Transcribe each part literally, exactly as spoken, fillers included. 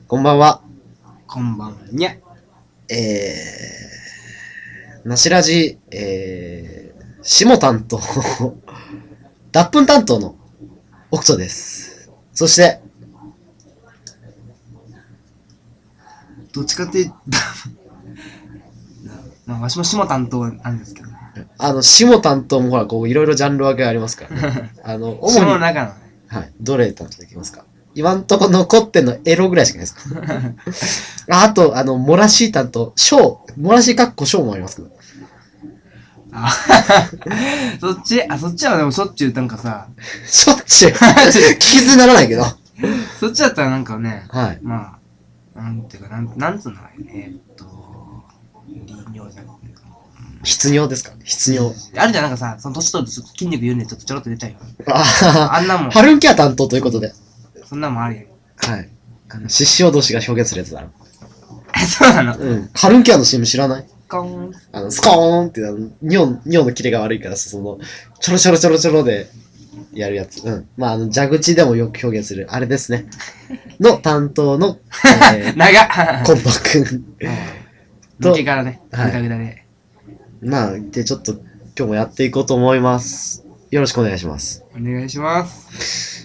こんばんは。 こんばんにゃ。 えー、なしラジ、えー、下担当、脱粉担当の奥斗です。そして、 どっちかって、まあ、わしも下担当なんですけどね。 あの、下担当もほら、こう、いろいろジャンル分けがありますからね。あの、主下のに、 中のね。 はい、どれ担当できますか？今んとこ残ってんのエロぐらいしかないですか？あ、あと、あの、漏らし担当、小、漏らしかっこ小もありますけど。 あそっちあ、そっちはでもしょっちゅうなんかさ、 しょっちゅう、聞き捨てならないけど。 そっちだったらなんかね、 はい。 まあ、なんていうか、なん、なんつうのえー、っと、利尿じゃなくて、 必尿ですか？必尿。 あるじゃん、なんかさ、その年取るとちょっと筋肉言うんでちょっとちょろっと出ちゃうよ。 ああんなもん、 ハルンケア担当ということで。 そんなもんあるやん。 はい。あの、獅子落としが表現するやつだろ。 え、そうなのうん。ハルンケアの シーエム 知らない？ コーン。 あの、スコーンって、あの、尿、尿のキレが悪いからさ、その、ちょろちょろちょろちょろでやるやつ。うん。まあ、あの、蛇口でもよく表現する、あれですね。の担当の、えー、 長っコンボくん。 抜け殻ね。 はいぐだぐだで。 まあ、で、ちょっと、今日もやっていこうと思います。よろしくお願いします。 お願いします。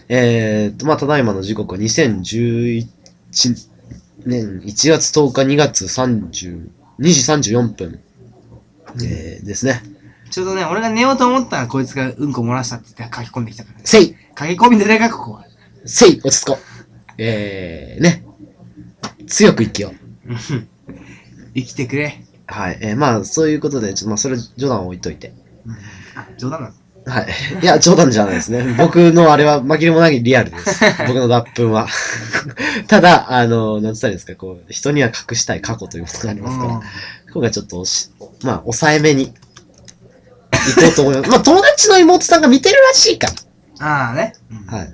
えーと、まあ、ただいまの時刻はにせんじゅういちねんいちがつとおかにがつさんじゅう、にじさんじゅうよんぷん、えー、ですね。 ちょうどね、俺が寝ようと思ったらこいつがうんこ漏らしたって言って書き込んできたからね。 せい書き込みでねか、ここは。 せい落ち着こう。えー、ね。強く生きよう。 生きてくれ。 はい。えー、まあ、そういうことで、ちょっとまあ、それ冗談を置いといて。 あ、冗談なの？ はい。いや、冗談じゃないですね。僕のあれは紛れもないリアルです。僕の脱粉は。ただ、あの、なんつったらいいですか、こう、人には隠したい過去というものがありますから、今回ちょっとおし、まあ、抑えめに、行こうと思います。まあ、友達の妹さんが見てるらしいから。 ああね。 はい。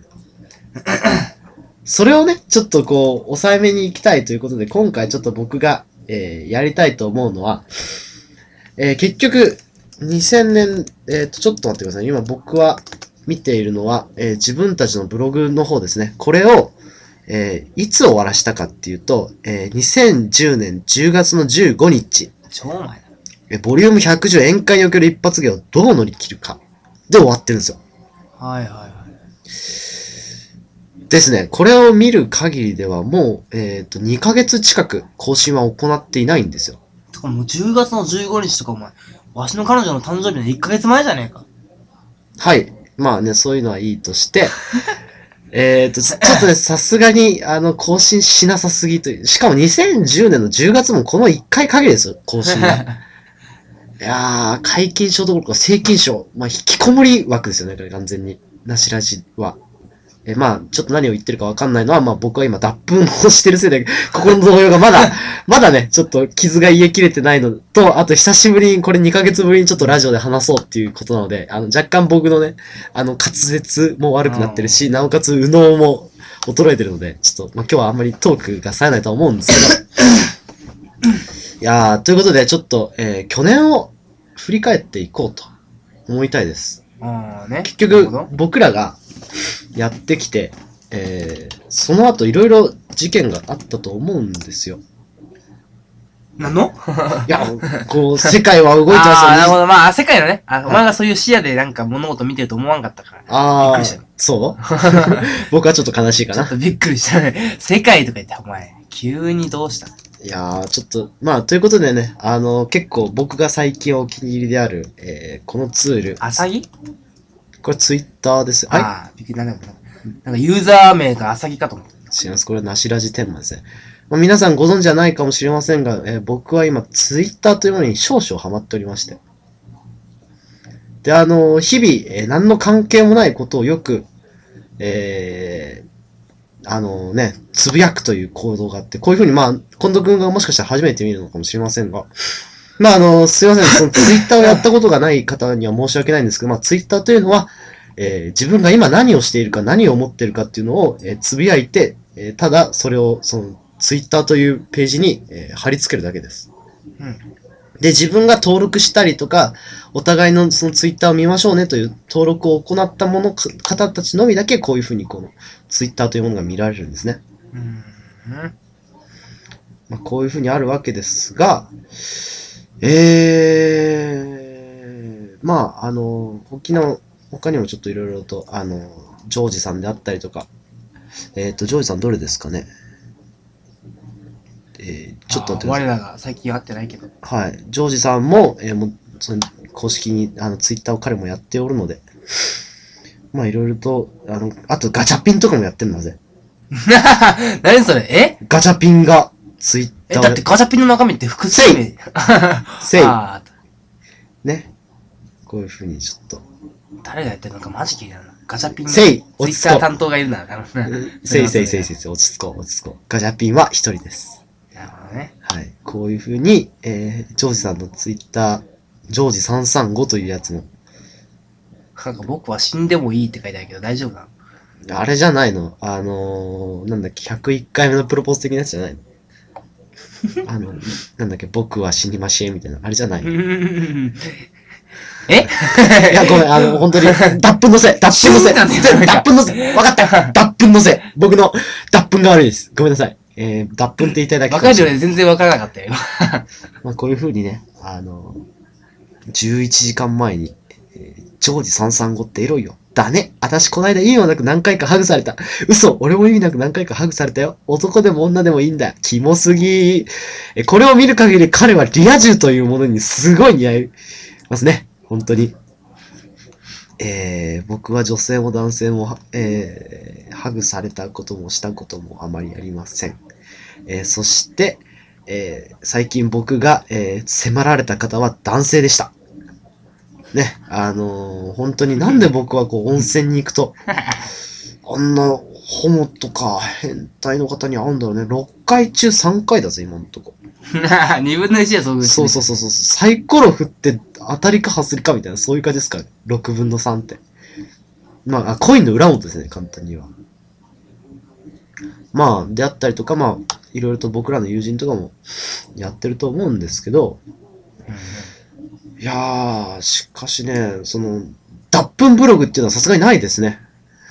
それをね、ちょっとこう、抑えめに行きたいということで、今回ちょっと僕が、えー、やりたいと思うのは、えー、結局、にせんねん、えっ、ー、と、ちょっと待ってください。今僕は見ているのは、えー、自分たちのブログの方ですね。これを、えー、いつ終わらしたかっていうと、えー、にせんじゅうねんじゅうがつのじゅうごにち。 超前だ。 えー、ボリュームひゃくじゅう宴会における一発芸をどう乗り切るか。で終わってるんですよ。 はいはいはい。 ですね。これを見る限りではもう、えっ、ー、と、にかげつ近く更新は行っていないんですよ。 とかもうじゅうがつのじゅうごにちとかお前、わしの彼女の誕生日のいっかげつまえじゃねえか。 はい。まあね、そういうのはいいとして、えっと、ちょっとね、さすがに、あの、更新しなさすぎという。しかもにせんじゅうねんのじゅうがつもこのいっかい限りですよ、更新が。いやー、解禁賞どころか正禁賞。まあ、引きこもり枠ですよね、これ完全に。なしラジは。え、まあ、ちょっと何を言ってるかわかんないのは、まあ僕は今脱粉をしてるせいで、心の動揺がまだ、まだね、ちょっと傷が癒えきれてないのと、あと久しぶりに、これにかげつぶりにちょっとラジオで話そうっていうことなので、あの、若干僕のね、あの、滑舌も悪くなってるし、なおかつ右脳も衰えてるので、ちょっと、まあ今日はあんまりトークが冴えないとは思うんですけど。いやー、ということで、ちょっと、えー、去年を振り返っていこうと思いたいです。 ああね。 結局、僕らが、やってきて、えー、その後いろいろ事件があったと思うんですよ。 なんのいや、こう、世界は動いてますよね。 ああ、なるほど。まあ、世界のね、あ、お前がそういう視野でなんか物事見てると思わんかったから。 ああ、 びっくりしたよ。 そう僕はちょっと悲しいかな。 ちょっとびっくりしたね。世界とか言って、お前、急にどうした？ いやー、ちょっと、まあ、ということでね、あの、結構僕が最近お気に入りである、えー、このツール。 アサギ？ これツイッターです。はい。 ああ、びっくりなんだなんかユーザー名がアサギかと思った。 違います。これはなしラジテーマですね。まあ、皆さんご存知じゃないかもしれませんが、えー、僕は今ツイッターというものに少々ハマっておりまして。で、あの、日々、えー、何の関係もないことをよく、えー、あのね、つぶやくという行動があって、こういうふうに、まあ、近藤くんがもしかしたら初めて見るのかもしれませんが、まあ、あの、すいません、そのツイッターをやったことがない方には申し訳ないんですけど、まあ、ツイッターというのは、えー、自分が今何をしているか、何を思っているかっていうのを、えー、つぶやいて、えー、ただ、それを、その、ツイッターというページに、えー、貼り付けるだけです。うん。で、自分が登録したりとか、お互いのそのツイッターを見ましょうねという登録を行ったもの、方たちのみだけこういうふうにこのツイッターというものが見られるんですね。うん。 まあ、こういうふうにあるわけですが、えー、まあ、あの、他の、他にもちょっといろいろと、あの、ジョージさんであったりとか、えっ、ー、と、ジョージさんどれですかね。えー、ちょっと待ってください。 我らが最近会ってないけど。 はい。ジョージさんも、えー、もう、その、公式に、あの、ツイッターを彼もやっておるので、まあ、いろいろと、あの、あとガチャピンとかもやってるので。 何それえガチャピンが、ツイッえ、 ターだってガチャピンの中身って複数名。 せいあね。こういう風にちょっと。 誰がやってるのかマジ気になるな。ガチャピンのせいツイッター担当がいるなら、 せいせいせいせいせい、落ち着こう、落ち着こう。ガチャピンは一人です。 なるほどね。 はい。こういう風に、えー、ジョージさんのツイッター、ジョージさんさんごというやつも。 なんか僕は死んでもいいって書いてあるけど大丈夫なの？ あれじゃないのあのー、なんだっけ、ひゃくいっかいめのプロポーズ的なやつじゃないのあの、なんだっけ、僕は死にましぇんみたいな。あれじゃないのえいや、ごめん、あの、本当に、脱粉のせい、脱粉のせい、脱粉のせい、わかった脱粉のせい、僕の脱粉が悪いです。ごめんなさい。えー、脱粉って言いたいだけわかるよね、全然わからなかったよ。 まあ、こういう風にね、あの、じゅういちじかんまえに、えー、ジョージさんさんごってエロいよ。だね。あたしこないだ意味もなく何回かハグされた。嘘。俺も意味なく何回かハグされたよ。男でも女でもいいんだ。キモすぎ。え、これを見る限り彼はリア充というものにすごい似合いますね。本当に。えー、僕は女性も男性も、えー、ハグされたこともしたこともあまりありません。えー、そして、えー、最近僕が、えー、迫られた方は男性でした。ね、あのー、本当になんで僕はこう温泉に行くと、あんなホモとか変態の方に会うんだろうね。ろっかい中さんかいだぞ、今のとこ。 にぶんのいちで遭遇してそうそうそうそう。サイコロ振って当たりか外れかみたいな、そういう感じですかね。ろくぶんのさんって。まあ、コインの裏表ですね、簡単には。まあ、であったりとか、まあ、いろいろと僕らの友人とかもやってると思うんですけど、いやー、しかしね、その、脱粉ブログっていうのはさすがにないですね。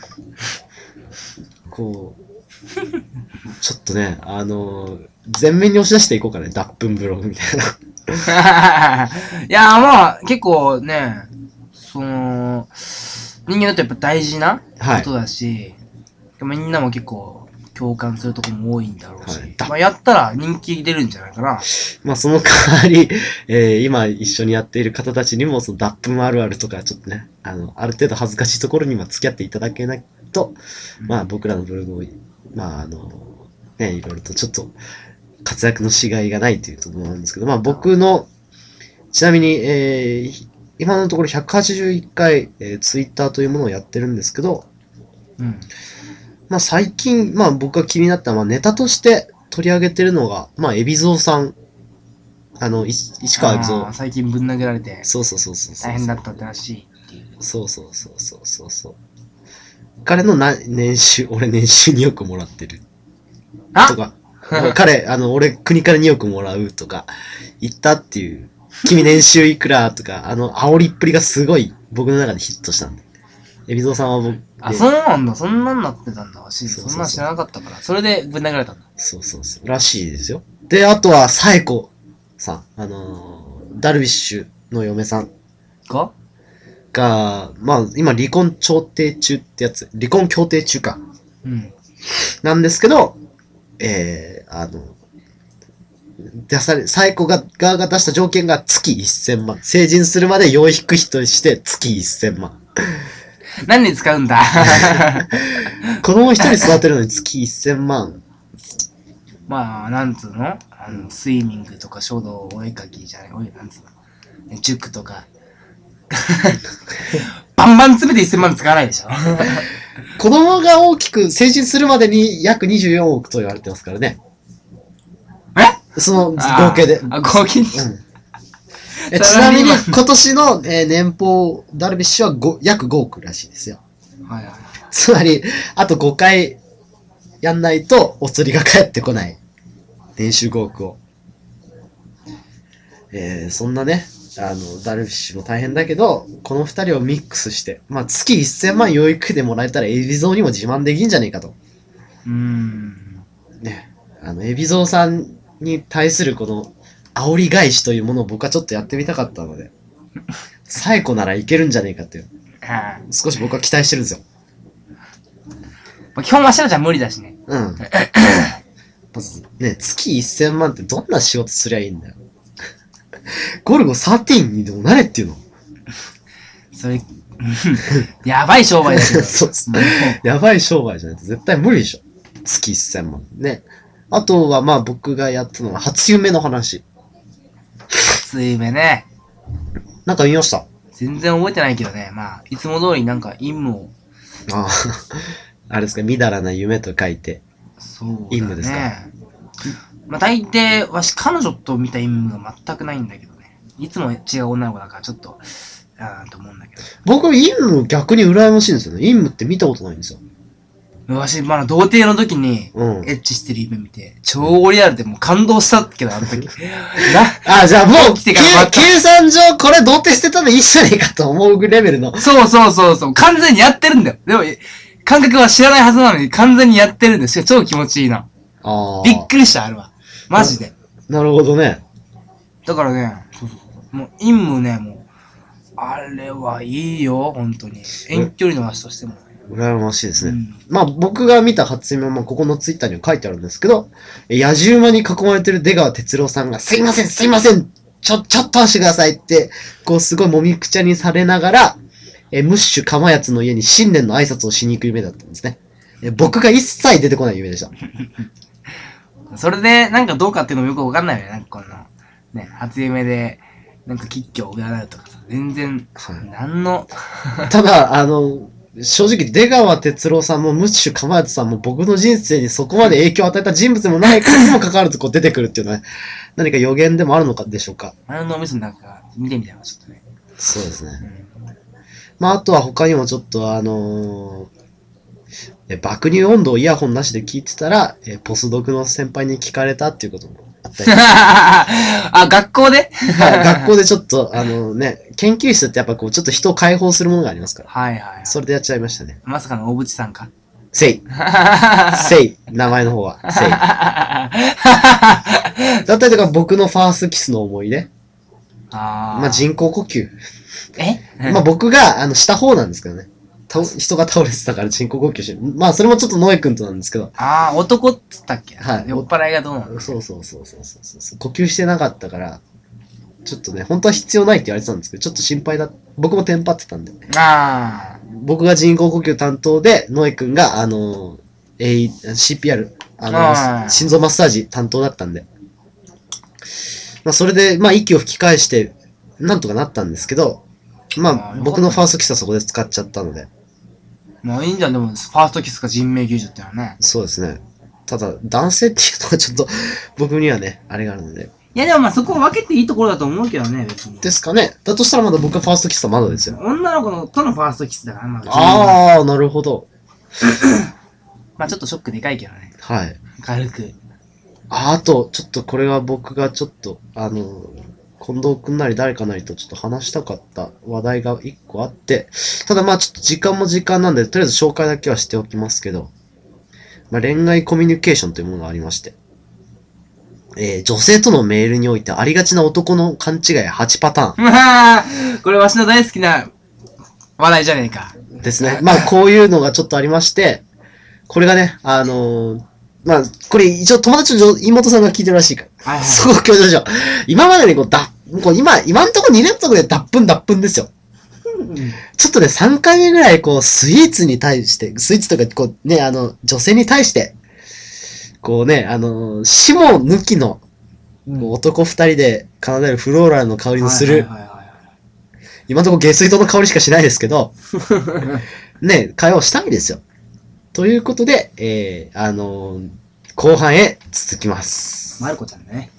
こう、ちょっとね、あのー、全面に押し出していこうかね、脱粉ブログみたいな。 いやーまあ、結構ね、その、人間だとやっぱ大事なことだし、はい、みんなも結構共感するところも多いんだろうし、はい、まあやったら人気出るんじゃないかな。 まあその代わり、えー、今一緒にやっている方たちにもその脱粉あるあるとかちょっとね、あの、ある程度恥ずかしいところには付き合っていただけないと、うん、まあ僕らのブログを、まああの、ね、いろいろとちょっと活躍のしがいがないというところなんですけど、まあ僕の、ちなみに、えー、今のところひゃくはちじゅういっかい、えー、ツイッターというものをやってるんですけど、うん、まあ最近、まあ僕が気になったのはネタとして取り上げてるのが、まあ海老蔵さん、あの、市川海老蔵。 最近ぶん投げられて、 そうそうそうそう大変だったらしいっていう。 そうそうそうそうそうそう。彼のな年収、俺年収におくもらってる。 あとか、彼、あの、俺国からにおくもらうとか、言ったっていう、君年収いくらとか、あの、煽りっぷりがすごい僕の中でヒットしたんで。海老蔵さんは僕、 あ、そうなんだ。そんなんなってたんだ。わし、そんなん知らなかったから。それでぶん投げられたんだ。 そうそうそう。らしいですよ。で、あとは、サエコさん。あのー、ダルビッシュの嫁さん。 がが、まあ、今、離婚調停中ってやつ。離婚協定中か。 うん。 なんですけど、えー、あの、出され、サエコが、側が出した条件が月せんまん。成人するまで養育費として月せんまん。 何に使うんだ子供一人育てるのに月せんまん。 まあ、なんつうのあの、スイミングとか書道、お絵描きじゃない、お絵、なんつうの塾とか。バンバン詰めてせんまん使わないでしょ子供が大きく成人するまでに約にじゅうよんおくと言われてますからね。 えその合計で。 あ、合計で。 うんちなみに今年の、えー、年俸、ダルビッシュはご約ごおくらしいですよ。 はいはい。 つまり、あとごかいやんないとお釣りが返ってこない。年収ごおくを。えー、そんなね、あの、ダルビッシュも大変だけど、この二人をミックスして、まあ月せんまん養育費でもらえたら海老蔵にも自慢できんじゃねえかと。 うーん。 ね、あの、海老蔵さんに対するこの、煽り返しというものを僕はちょっとやってみたかったので、サエコならいけるんじゃねえかっていう。少し僕は期待してるんですよ。 基本はしのちゃん無理だしね。 うん。まずね、月せんまんってどんな仕事すりゃいいんだよ。ゴルゴじゅうさんにでもなれっていうの。 それ、やばい商売だけど。 そうっすね。やばい商売じゃないと絶対無理でしょ。月せんまん。ね。あとはまあ僕がやったのは初夢の話。 初夢ね。 なんか見ました？ 全然覚えてないけどね。まあ、いつも通りなんか陰夢を。 ああ。あれですか、みだらな夢と書いて。 そうだね。 陰夢ですか？ まあ大抵、わし彼女と見た陰夢が全くないんだけどね。いつも違う女の子だからちょっと、あーと思うんだけど。 僕、陰夢逆に羨ましいんですよね。陰夢って見たことないんですよ。 わし、まだ童貞の時に、 うん。 エッチしてる夢見て、超リアルでもう感動したけど、あの時。な、 あ、じゃあもう、 起きてから計算上これ童貞してたの一緒じゃねえかと思うレベルの。 そうそうそうそう、完全にやってるんだよ。でも、感覚は知らないはずなのに完全にやってるんですよ。超気持ちいいな。 ああ。 びっくりした、あれは。マジで。 なるほどね。 だからね、そうそうそう。もう、陰夢ね、もう、あれはいいよ、本当に。遠距離の足としても。 羨ましいですね。 うん、 まあ僕が見た初夢は、まあここのツイッターには書いてあるんですけど、野獣馬に囲まれてる出川哲朗さんが、すいません、すいません、ちょ、ちょっとしてくださいって、こうすごいもみくちゃにされながら、えムッシュかまやつの家に新年の挨拶をしに行く夢だったんですね。え僕が一切出てこない夢でした。 それで、なんかどうかっていうのもよくわかんないよね。なんかこの、ね、初夢で、なんか吉居を占うとかさ、全然、はい、なんの。 ただ、あの、正直、出川哲朗さんもムッシュかまやつさんも僕の人生にそこまで影響を与えた人物でもないからにも関わるとこう出てくるっていうのは、ね、何か予言でもあるのかでしょうか。 あの脳みそなんか見てみたいな、ちょっとね。 そうですね。うん、まあ、あとは他にもちょっとあのー、え爆乳温度をイヤホンなしで聞いてたら、えポスドクの先輩に聞かれたっていうこともあったり。 あ、学校ではい、学校でちょっと、あのね、研究室ってやっぱこう、ちょっと人を解放するものがありますから。 はいはい、はい。 それでやっちゃいましたね。 まさかの大渕さんか。 せい。せい。名前の方は。せい。だったりとか僕のファーストキスの思い出。 あまあ人工呼吸。 えまあ僕が、あの、した方なんですけどね。人が倒れてたから人工呼吸してる。まあそれもちょっとノエ君となんですけど。 ああ、男っつったっけ？ はい。 酔っ払いがどうなの？ そうそうそうそうそうそう。呼吸してなかったから、ちょっとね、本当は必要ないって言われてたんですけど、ちょっと心配だ。僕もテンパってたんで。 ああ。 僕が人工呼吸担当で、ノエ君が、あの、えー、シーピーアール、あの、あ心臓マッサージ担当だったんで。まあそれで、まあ息を吹き返して、なんとかなったんですけど、まあ僕のファーストキスはそこで使っちゃったので。 まあいいんじゃん、でも、ファーストキスか人命救助ってのはね。 そうですね。ただ、男性っていうのはちょっと、僕にはね、あれがあるので。 いやでもまあそこを分けていいところだと思うけどね、別に。 ですかね。だとしたらまだ僕はファーストキスはまだですよ。 女の子のとのファーストキスだから、まだ。 ああ、なるほど。 まあちょっとショックでかいけどね。 はい。 軽く。 あ、あと、ちょっとこれは僕がちょっと、あの、近藤くんなり誰かなりとちょっと話したかった話題が一個あって、ただまあちょっと時間も時間なんで、とりあえず紹介だけはしておきますけど、まあ恋愛コミュニケーションというものがありまして、えー、女性とのメールにおいてありがちな男の勘違いはちパターン。これわしの大好きな話題じゃねえか。 ですね。まあこういうのがちょっとありまして、これがね、あのー、まあ、これ一応友達の妹さんが聞いてるらしいから。はいはい、すごく強調しよう。今までにこう、だ、こう今、今んとこに連続で脱粉脱粉ですよ。うん、ちょっとね、さんかいめぐらいこう、スイーツに対して、スイーツとかこう、ね、あの、女性に対して、こうね、あの、死も抜きの、うん、男二人で奏でるフローラルの香りのする、今んとこ下水道の香りしかしないですけど、ね、会話をしたいですよ。ということで、えー、あのー、後半へ続きます。 まる子ちゃんね。